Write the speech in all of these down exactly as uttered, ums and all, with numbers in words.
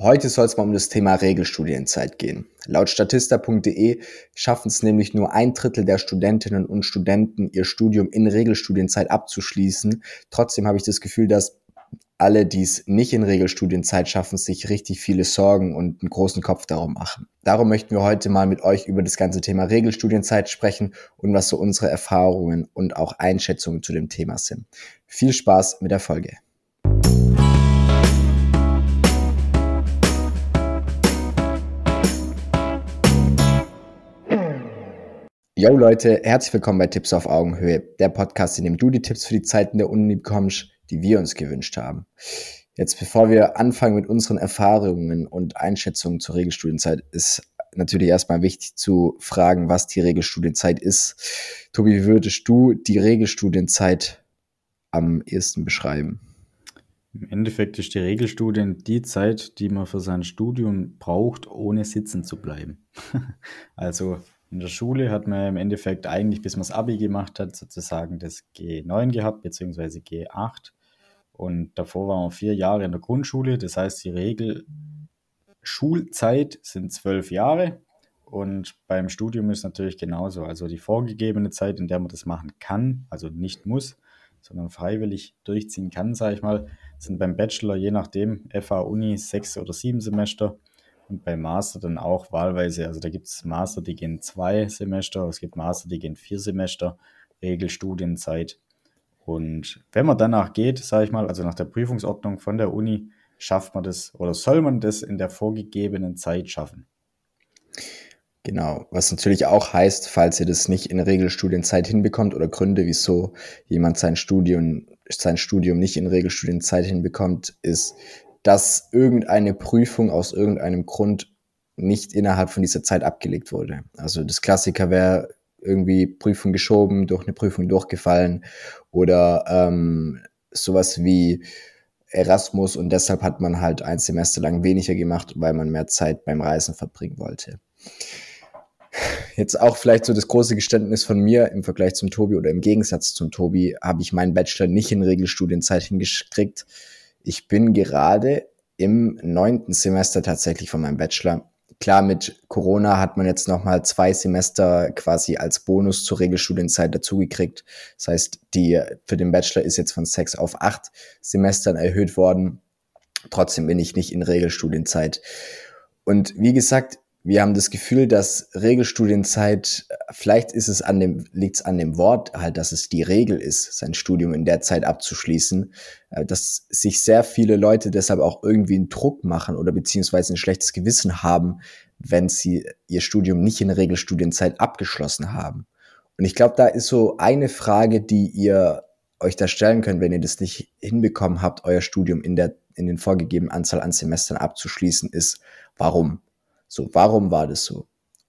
Heute soll es mal um das Thema Regelstudienzeit gehen. Laut statista punkt de schaffen es nämlich nur ein Drittel der Studentinnen und Studenten, ihr Studium in Regelstudienzeit abzuschließen. Trotzdem habe ich das Gefühl, dass alle, die es nicht in Regelstudienzeit schaffen, sich richtig viele Sorgen und einen großen Kopf darum machen. Darum möchten wir heute mal mit euch über das ganze Thema Regelstudienzeit sprechen und was so unsere Erfahrungen und auch Einschätzungen zu dem Thema sind. Viel Spaß mit der Folge. Yo Leute, herzlich willkommen bei Tipps auf Augenhöhe, der Podcast, in dem du die Tipps für die Zeiten der Uni bekommst, die wir uns gewünscht haben. Jetzt, bevor wir anfangen mit unseren Erfahrungen und Einschätzungen zur Regelstudienzeit, ist natürlich erstmal wichtig zu fragen, was die Regelstudienzeit ist. Tobi, wie würdest du die Regelstudienzeit am ehesten beschreiben? Im Endeffekt ist die Regelstudien die Zeit, die man für sein Studium braucht, ohne sitzen zu bleiben. Also in der Schule hat man im Endeffekt eigentlich, bis man das Abi gemacht hat, sozusagen das G neun gehabt, beziehungsweise G acht. Und davor waren wir vier Jahre in der Grundschule. Das heißt, die Regelschulzeit sind zwölf Jahre. Und beim Studium ist es natürlich genauso. Also die vorgegebene Zeit, in der man das machen kann, also nicht muss, sondern freiwillig durchziehen kann, sage ich mal, sind beim Bachelor je nachdem F H Uni sechs oder sieben Semester. Und beim Master dann auch wahlweise, also da gibt es Master, die gehen zwei Semester, es gibt Master, die gehen vier Semester, Regelstudienzeit. Und wenn man danach geht, sage ich mal, also nach der Prüfungsordnung von der Uni, schafft man das oder soll man das in der vorgegebenen Zeit schaffen. Genau, was natürlich auch heißt, falls ihr das nicht in Regelstudienzeit hinbekommt oder Gründe, wieso jemand sein Studium, sein Studium nicht in Regelstudienzeit hinbekommt, ist, dass irgendeine Prüfung aus irgendeinem Grund nicht innerhalb von dieser Zeit abgelegt wurde. Also das Klassiker wäre irgendwie Prüfung geschoben, durch eine Prüfung durchgefallen oder ähm, sowas wie Erasmus und deshalb hat man halt ein Semester lang weniger gemacht, weil man mehr Zeit beim Reisen verbringen wollte. Jetzt auch vielleicht so das große Geständnis von mir im Vergleich zum Tobi oder im Gegensatz zum Tobi, habe ich meinen Bachelor nicht in Regelstudienzeit hingekriegt. Ich bin gerade im neunten Semester tatsächlich von meinem Bachelor. Klar, mit Corona hat man jetzt nochmal zwei Semester quasi als Bonus zur Regelstudienzeit dazugekriegt. Das heißt, die für den Bachelor ist jetzt von sechs auf acht Semestern erhöht worden. Trotzdem bin ich nicht in Regelstudienzeit. Und wie gesagt, wir haben das Gefühl, dass Regelstudienzeit, vielleicht ist es an dem, liegt es an dem Wort halt, dass es die Regel ist, sein Studium in der Zeit abzuschließen, dass sich sehr viele Leute deshalb auch irgendwie einen Druck machen oder beziehungsweise ein schlechtes Gewissen haben, wenn sie ihr Studium nicht in Regelstudienzeit abgeschlossen haben. Und ich glaube, da ist so eine Frage, die ihr euch da stellen könnt, wenn ihr das nicht hinbekommen habt, euer Studium in der, in den vorgegebenen Anzahl an Semestern abzuschließen, ist, warum? So, warum war das so?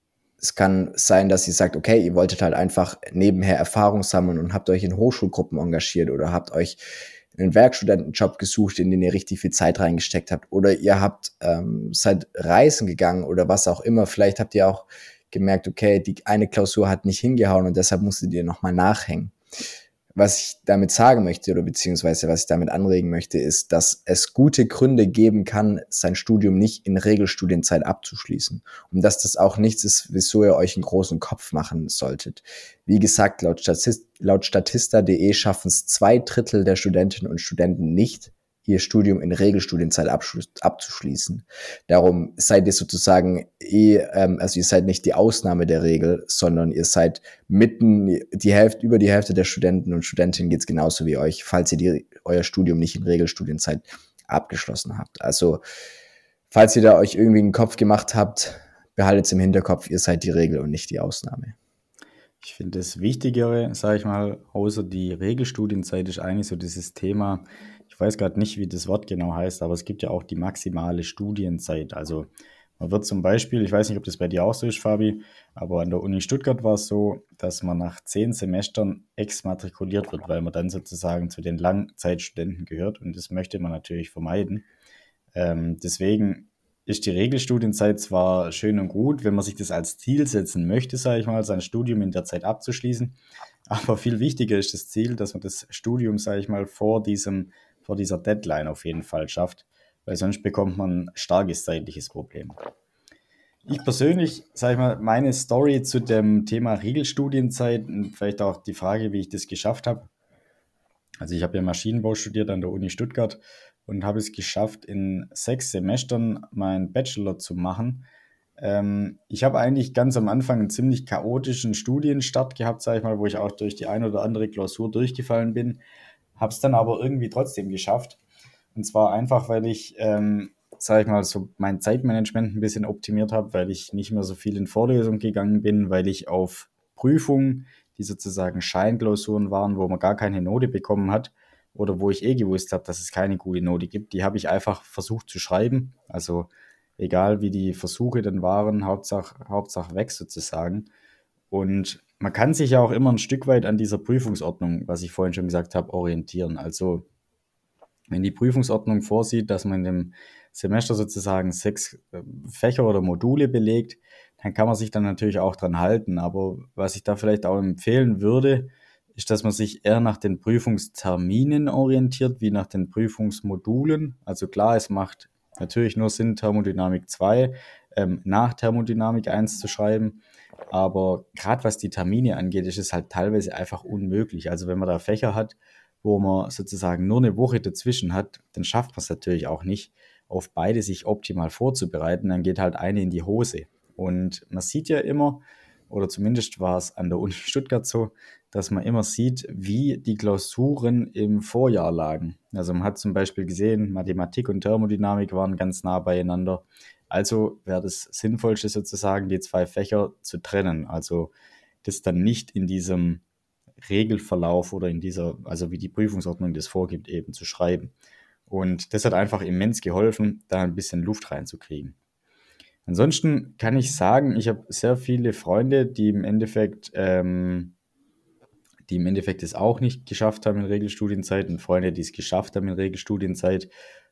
Es kann sein, dass ihr sagt, okay, ihr wolltet halt einfach nebenher Erfahrung sammeln und habt euch in Hochschulgruppen engagiert oder habt euch einen Werkstudentenjob gesucht, in den ihr richtig viel Zeit reingesteckt habt. Oder ihr habt ähm, seid reisen gegangen oder was auch immer. Vielleicht habt ihr auch gemerkt, okay, die eine Klausur hat nicht hingehauen und deshalb musstet ihr nochmal nachhängen. Was ich damit sagen möchte oder beziehungsweise was ich damit anregen möchte, ist, dass es gute Gründe geben kann, sein Studium nicht in Regelstudienzeit abzuschließen. Und dass das auch nichts ist, wieso ihr euch einen großen Kopf machen solltet. Wie gesagt, laut, Statist, laut statista punkt de schaffen es zwei Drittel der Studentinnen und Studenten nicht, ihr Studium in Regelstudienzeit abzuschließen. Darum seid ihr sozusagen eh, ähm, also ihr seid nicht die Ausnahme der Regel, sondern ihr seid mitten, die Hälfte, über die Hälfte der Studenten und Studentinnen geht's genauso wie euch, falls ihr die, euer Studium nicht in Regelstudienzeit abgeschlossen habt. Also, falls ihr da euch irgendwie einen Kopf gemacht habt, behaltet es im Hinterkopf, ihr seid die Regel und nicht die Ausnahme. Ich finde, das Wichtigere, sage ich mal, außer die Regelstudienzeit ist eigentlich so dieses Thema, ich weiß gerade nicht, wie das Wort genau heißt, aber es gibt ja auch die maximale Studienzeit. Also man wird zum Beispiel, ich weiß nicht, ob das bei dir auch so ist, Fabi, aber an der Uni Stuttgart war es so, dass man nach zehn Semestern exmatrikuliert wird, weil man dann sozusagen zu den Langzeitstudenten gehört und das möchte man natürlich vermeiden. Ähm, deswegen ist die Regelstudienzeit zwar schön und gut, wenn man sich das als Ziel setzen möchte, sage ich mal, sein Studium in der Zeit abzuschließen, aber viel wichtiger ist das Ziel, dass man das Studium, sage ich mal, vor diesem, vor dieser Deadline auf jeden Fall schafft, weil sonst bekommt man ein starkes zeitliches Problem. Ich persönlich, sage ich mal, meine Story zu dem Thema Regelstudienzeit und vielleicht auch die Frage, wie ich das geschafft habe. Also ich habe ja Maschinenbau studiert an der Uni Stuttgart und habe es geschafft, in sechs Semestern meinen Bachelor zu machen. Ähm, ich habe eigentlich ganz am Anfang einen ziemlich chaotischen Studienstart gehabt, sage ich mal, wo ich auch durch die ein oder andere Klausur durchgefallen bin, habe es dann aber irgendwie trotzdem geschafft. Und zwar einfach, weil ich, ähm, sage ich mal, so mein Zeitmanagement ein bisschen optimiert habe, weil ich nicht mehr so viel in Vorlesungen gegangen bin, weil ich auf Prüfungen, die sozusagen Scheinklausuren waren, wo man gar keine Note bekommen hat oder wo ich eh gewusst habe, dass es keine gute Note gibt, die habe ich einfach versucht zu schreiben. Also egal wie die Versuche dann waren, Hauptsache, Hauptsache weg sozusagen. Und man kann sich ja auch immer ein Stück weit an dieser Prüfungsordnung, was ich vorhin schon gesagt habe, orientieren. Also wenn die Prüfungsordnung vorsieht, dass man in dem Semester sozusagen sechs äh, Fächer oder Module belegt, dann kann man sich dann natürlich auch dran halten. Aber was ich da vielleicht auch empfehlen würde, ist, dass man sich eher nach den Prüfungsterminen orientiert, wie nach den Prüfungsmodulen. Also klar, es macht natürlich nur Sinn, Thermodynamik zwei ähm, nach Thermodynamik eins zu schreiben. Aber gerade was die Termine angeht, ist es halt teilweise einfach unmöglich. Also wenn man da Fächer hat, wo man sozusagen nur eine Woche dazwischen hat, dann schafft man es natürlich auch nicht, auf beide sich optimal vorzubereiten. Dann geht halt eine in die Hose. Und man sieht ja immer, oder zumindest war es an der Uni Stuttgart so, dass man immer sieht, wie die Klausuren im Vorjahr lagen. Also man hat zum Beispiel gesehen, Mathematik und Thermodynamik waren ganz nah beieinander. Also wäre das Sinnvollste sozusagen, die zwei Fächer zu trennen. Also das dann nicht in diesem Regelverlauf oder in dieser, also wie die Prüfungsordnung das vorgibt, eben zu schreiben. Und das hat einfach immens geholfen, da ein bisschen Luft reinzukriegen. Ansonsten kann ich sagen, ich habe sehr viele Freunde, die im Endeffekt, ähm, die im Endeffekt es auch nicht geschafft haben in Regelstudienzeit und Freunde, die es geschafft haben in Regelstudienzeit.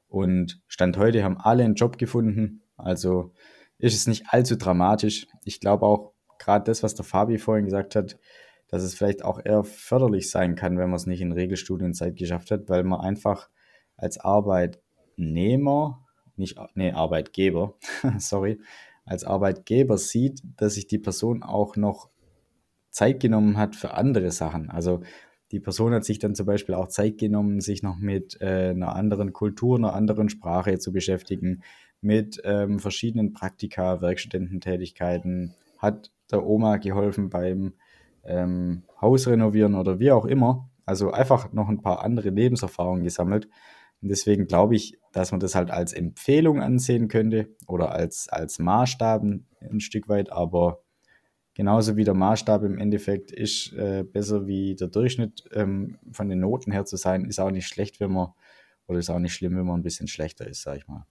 Und Stand heute haben alle einen Job gefunden. Also ist es nicht allzu dramatisch. Ich glaube auch gerade das, was der Fabi vorhin gesagt hat, dass es vielleicht auch eher förderlich sein kann, wenn man es nicht in Regelstudienzeit geschafft hat, weil man einfach als Arbeitnehmer, nicht, nee, Arbeitgeber, sorry, als Arbeitgeber sieht, dass sich die Person auch noch Zeit genommen hat für andere Sachen. Also die Person hat sich dann zum Beispiel auch Zeit genommen, sich noch mit äh, einer anderen Kultur, einer anderen Sprache zu beschäftigen, mit ähm, verschiedenen Praktika, Werkstudententätigkeiten, hat der Oma geholfen beim ähm, Haus renovieren oder wie auch immer. Also einfach noch ein paar andere Lebenserfahrungen gesammelt. Und deswegen glaube ich, dass man das halt als Empfehlung ansehen könnte oder als, als Maßstab ein Stück weit, aber genauso wie der Maßstab im Endeffekt ist äh, besser wie der Durchschnitt ähm, von den Noten her zu sein, ist auch nicht schlecht, wenn man, oder ist auch nicht schlimm, wenn man ein bisschen schlechter ist, sag ich mal.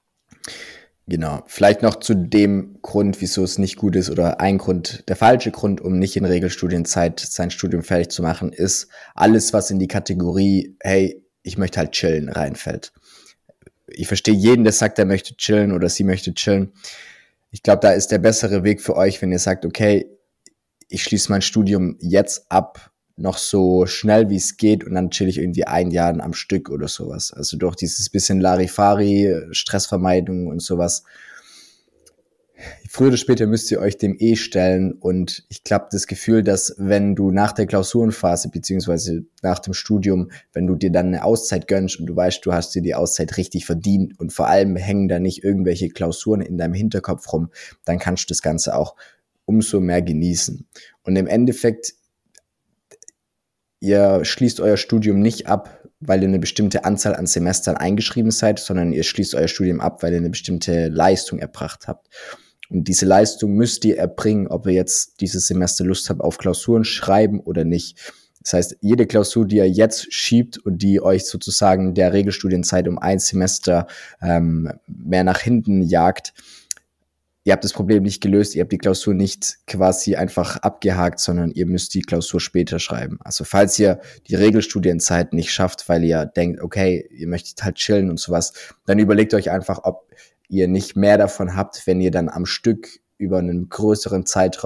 Genau. Vielleicht noch zu dem Grund, wieso es nicht gut ist, oder ein Grund, der falsche Grund, um nicht in Regelstudienzeit sein Studium fertig zu machen, ist alles, was in die Kategorie, hey, ich möchte halt chillen, reinfällt. Ich verstehe jeden, der sagt, er möchte chillen oder sie möchte chillen. Ich glaube, da ist der bessere Weg für euch, wenn ihr sagt, okay, ich schließe mein Studium jetzt ab, noch so schnell wie es geht und dann chill ich irgendwie ein Jahr am Stück oder sowas. Also durch dieses bisschen Larifari, Stressvermeidung und sowas. Früher oder später müsst ihr euch dem eh stellen und ich glaube, das Gefühl, dass wenn du nach der Klausurenphase beziehungsweise nach dem Studium, wenn du dir dann eine Auszeit gönnst und du weißt, du hast dir die Auszeit richtig verdient und vor allem hängen da nicht irgendwelche Klausuren in deinem Hinterkopf rum, dann kannst du das Ganze auch umso mehr genießen. Und im Endeffekt, ihr schließt euer Studium nicht ab, weil ihr eine bestimmte Anzahl an Semestern eingeschrieben seid, sondern ihr schließt euer Studium ab, weil ihr eine bestimmte Leistung erbracht habt. Und diese Leistung müsst ihr erbringen, ob ihr jetzt dieses Semester Lust habt auf Klausuren schreiben oder nicht. Das heißt, jede Klausur, die ihr jetzt schiebt und die euch sozusagen der Regelstudienzeit um ein Semester ähm, mehr nach hinten jagt, ihr habt das Problem nicht gelöst, ihr habt die Klausur nicht quasi einfach abgehakt, sondern ihr müsst die Klausur später schreiben. Also falls ihr die Regelstudienzeit nicht schafft, weil ihr denkt, okay, ihr möchtet halt chillen und sowas, dann überlegt euch einfach, ob ihr nicht mehr davon habt, wenn ihr dann am Stück über einen größeren Zeitraum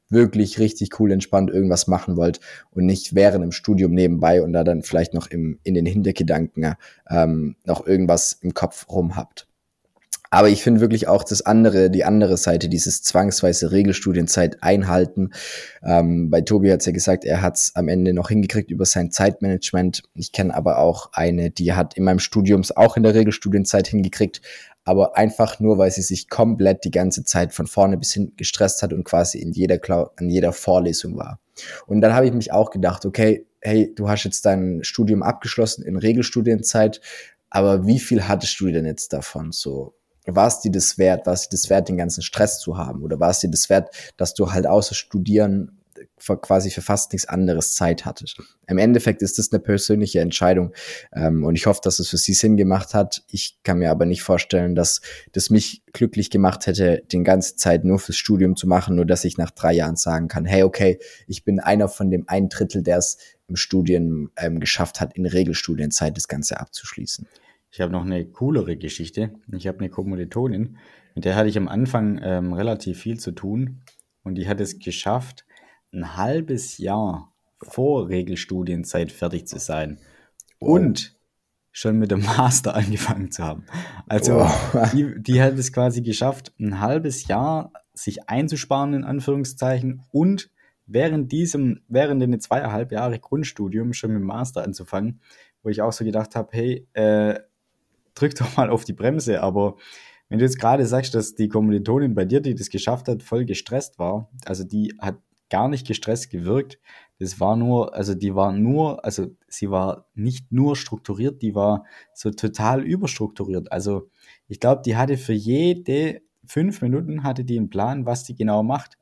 wirklich richtig cool entspannt irgendwas machen wollt und nicht während dem Studium nebenbei und da dann vielleicht noch im, in den Hintergedanken ähm, noch irgendwas im Kopf rum habt. Aber ich finde wirklich auch das andere, die andere Seite, dieses zwangsweise Regelstudienzeit einhalten. Ähm, bei Tobi hat es ja gesagt, er hat es am Ende noch hingekriegt über sein Zeitmanagement. Ich kenne aber auch eine, die hat in meinem Studium es auch in der Regelstudienzeit hingekriegt, aber einfach nur, weil sie sich komplett die ganze Zeit von vorne bis hinten gestresst hat und quasi in jeder, Klau- an jeder Vorlesung war. Und dann habe ich mich auch gedacht, okay, hey, du hast jetzt dein Studium abgeschlossen in Regelstudienzeit, aber wie viel hattest du denn jetzt davon? So, war es dir das wert? War es dir das wert, den ganzen Stress zu haben? Oder war es dir das wert, dass du halt außer Studieren für, quasi für fast nichts anderes Zeit hattest? Im Endeffekt ist das eine persönliche Entscheidung. Ähm, und ich hoffe, dass es für sie Sinn gemacht hat. Ich kann mir aber nicht vorstellen, dass das mich glücklich gemacht hätte, die ganze Zeit nur fürs Studium zu machen, nur dass ich nach drei Jahren sagen kann, hey, okay, ich bin einer von dem ein Drittel, der es im Studien ähm, geschafft hat, in Regelstudienzeit das Ganze abzuschließen. Ich habe noch eine coolere Geschichte. Ich habe eine Kommilitonin, mit der hatte ich am Anfang ähm, relativ viel zu tun und die hat es geschafft, ein halbes Jahr vor Regelstudienzeit fertig zu sein Wow. und schon mit dem Master angefangen zu haben. Also Wow. die, die hat es quasi geschafft, ein halbes Jahr sich einzusparen, in Anführungszeichen, und während diesem, während den zweieinhalb Jahre Grundstudium schon mit dem Master anzufangen, wo ich auch so gedacht habe, hey, äh, drück doch mal auf die Bremse. Aber wenn du jetzt gerade sagst, dass die Kommilitonin bei dir, die das geschafft hat, voll gestresst war, also die hat gar nicht gestresst gewirkt. Das war nur, also die war nur, also sie war nicht nur strukturiert, die war so total überstrukturiert. Also ich glaube, die hatte für jede fünf Minuten hatte die einen Plan, was die genau macht.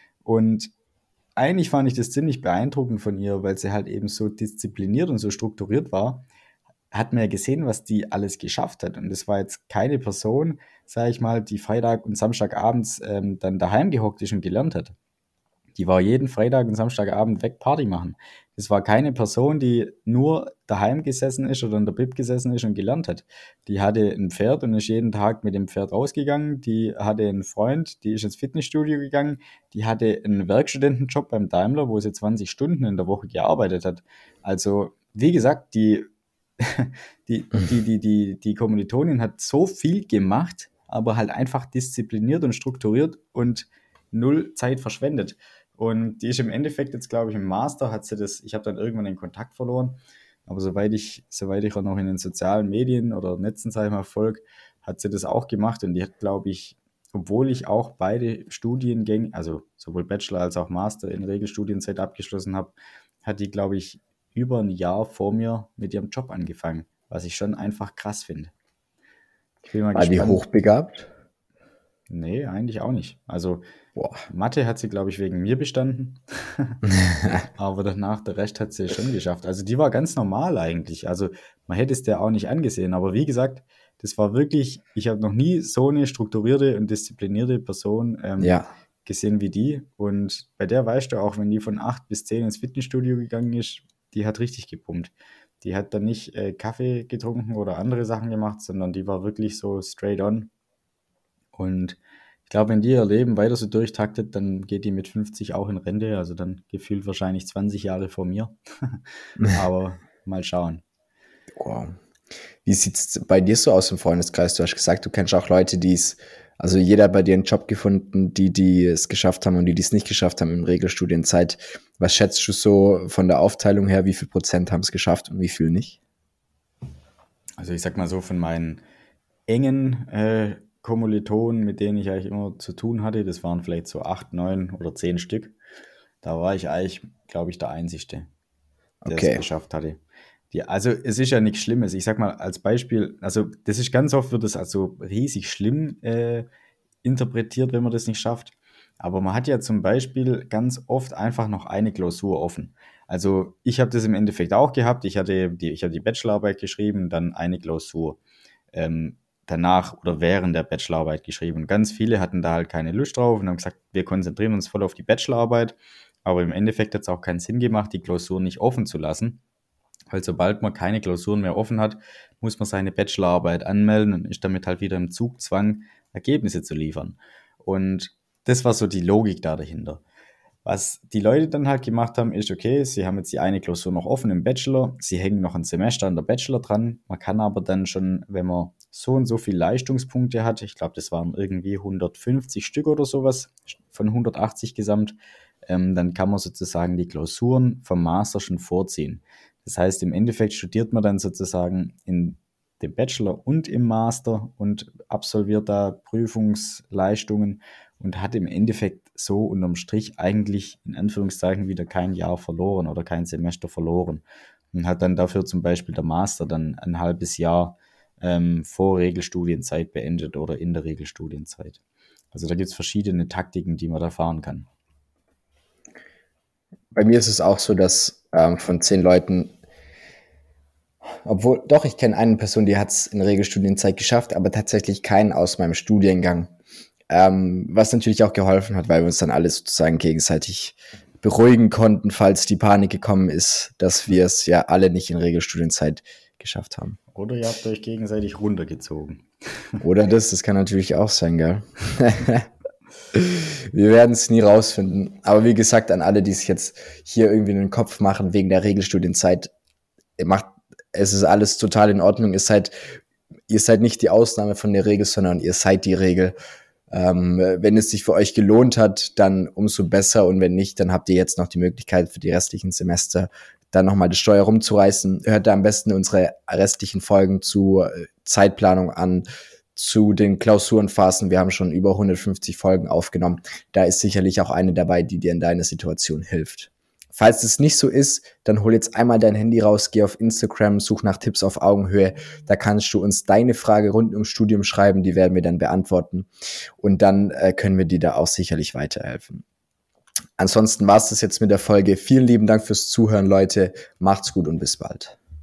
Und eigentlich fand ich das ziemlich beeindruckend von ihr, weil sie halt eben so diszipliniert und so strukturiert war, hat man ja gesehen, was die alles geschafft hat. Und das war jetzt keine Person, sage ich mal, die Freitag und Samstagabends ähm, dann daheim gehockt ist und gelernt hat. Die war jeden Freitag und Samstagabend weg Party machen. Das war keine Person, die nur daheim gesessen ist oder in der Bib gesessen ist und gelernt hat. Die hatte ein Pferd und ist jeden Tag mit dem Pferd rausgegangen. Die hatte einen Freund, die ist ins Fitnessstudio gegangen. Die hatte einen Werkstudentenjob beim Daimler, wo sie zwanzig Stunden in der Woche gearbeitet hat. Also, wie gesagt, die die, die, die, die, die Kommilitonin hat so viel gemacht, aber halt einfach diszipliniert und strukturiert und null Zeit verschwendet. Und die ist im Endeffekt jetzt, glaube ich, im Master hat sie das, ich habe dann irgendwann den Kontakt verloren, aber soweit ich, soweit ich auch noch in den sozialen Medien oder Netzen, sage ich mal, folge, hat sie das auch gemacht und die hat, glaube ich, obwohl ich auch beide Studiengänge, also sowohl Bachelor als auch Master in Regelstudienzeit abgeschlossen habe, hat die, glaube ich, über ein Jahr vor mir mit ihrem Job angefangen, was ich schon einfach krass finde. Ich bin mal War die gespannt. hochbegabt? Nee, eigentlich auch nicht. Also Boah. Mathe hat sie, glaube ich, wegen mir bestanden. Aber danach, der Rest hat sie schon geschafft. Also die war ganz normal eigentlich. Also man hätte es der auch nicht angesehen. Aber wie gesagt, das war wirklich, ich habe noch nie so eine strukturierte und disziplinierte Person ähm, Ja. gesehen wie die. Und bei der weißt du auch, wenn die von acht bis zehn ins Fitnessstudio gegangen ist, die hat richtig gepumpt. Die hat dann nicht äh, Kaffee getrunken oder andere Sachen gemacht, sondern die war wirklich so straight on. Und ich glaube, wenn die ihr Leben weiter so durchtaktet, dann geht die mit fünfzig auch in Rente. Also dann gefühlt wahrscheinlich zwanzig Jahre vor mir. Aber mal schauen. Wow. Wie sieht's bei dir so aus im Freundeskreis? Du hast gesagt, du kennst auch Leute, die es, also jeder hat bei dir einen Job gefunden, die, die es geschafft haben und die, die es nicht geschafft haben in Regelstudienzeit. Was schätzt du so von der Aufteilung her? Wie viel Prozent haben es geschafft und wie viel nicht? Also ich sag mal so, von meinen engen äh, Kommilitonen, mit denen ich eigentlich immer zu tun hatte, das waren vielleicht so acht, neun oder zehn Stück. Da war ich eigentlich, glaube ich, der Einzige, der es Okay. geschafft hatte. Die, also es ist ja nichts Schlimmes. Ich sag mal als Beispiel, also das ist ganz oft, wird das also riesig schlimm äh, interpretiert, wenn man das nicht schafft. Aber man hat ja zum Beispiel ganz oft einfach noch eine Klausur offen. Also ich habe das im Endeffekt auch gehabt. Ich hatte die, ich habe die Bachelorarbeit geschrieben, dann eine Klausur ähm, danach oder während der Bachelorarbeit geschrieben. Ganz viele hatten da halt keine Lust drauf und haben gesagt, wir konzentrieren uns voll auf die Bachelorarbeit. Aber im Endeffekt hat es auch keinen Sinn gemacht, die Klausur nicht offen zu lassen. Weil sobald man keine Klausuren mehr offen hat, muss man seine Bachelorarbeit anmelden und ist damit halt wieder im Zugzwang, Ergebnisse zu liefern. Und das war so die Logik da dahinter. Was die Leute dann halt gemacht haben, ist, okay, sie haben jetzt die eine Klausur noch offen im Bachelor, sie hängen noch ein Semester an der Bachelor dran. Man kann aber dann schon, wenn man so und so viele Leistungspunkte hat, ich glaube, das waren irgendwie hundertfünfzig Stück oder sowas, von hundertachtzig gesamt, ähm, dann kann man sozusagen die Klausuren vom Master schon vorziehen. Das heißt, im Endeffekt studiert man dann sozusagen in dem Bachelor und im Master und absolviert da Prüfungsleistungen und hat im Endeffekt so unterm Strich eigentlich in Anführungszeichen wieder kein Jahr verloren oder kein Semester verloren und hat dann dafür zum Beispiel der Master dann ein halbes Jahr ähm, vor Regelstudienzeit beendet oder in der Regelstudienzeit. Also da gibt es verschiedene Taktiken, die man da fahren kann. Bei mir ist es auch so, dass ähm, von zehn Leuten, obwohl, doch, ich kenne eine Person, die hat es in Regelstudienzeit geschafft, aber tatsächlich keinen aus meinem Studiengang. Ähm, was natürlich auch geholfen hat, weil wir uns dann alle sozusagen gegenseitig beruhigen konnten, falls die Panik gekommen ist, dass wir es ja alle nicht in Regelstudienzeit geschafft haben. Oder ihr habt euch gegenseitig runtergezogen. Oder das, das kann natürlich auch sein, gell? Wir werden es nie rausfinden. Aber wie gesagt, an alle, die sich jetzt hier irgendwie in den Kopf machen wegen der Regelstudienzeit, macht, es ist alles total in Ordnung. Ihr seid, ihr seid nicht die Ausnahme von der Regel, sondern ihr seid die Regel. Ähm, wenn es sich für euch gelohnt hat, dann umso besser. Und wenn nicht, dann habt ihr jetzt noch die Möglichkeit für die restlichen Semester dann nochmal das Steuer rumzureißen. Hört da am besten unsere restlichen Folgen zu Zeitplanung an, zu den Klausurenphasen. Wir haben schon über hundertfünfzig Folgen aufgenommen. Da ist sicherlich auch eine dabei, die dir in deiner Situation hilft. Falls es nicht so ist, dann hol jetzt einmal dein Handy raus, geh auf Instagram, such nach Tipps auf Augenhöhe. Da kannst du uns deine Frage rund ums Studium schreiben, die werden wir dann beantworten. Und dann äh, können wir dir da auch sicherlich weiterhelfen. Ansonsten war es das jetzt mit der Folge. Vielen lieben Dank fürs Zuhören, Leute. Macht's gut und bis bald.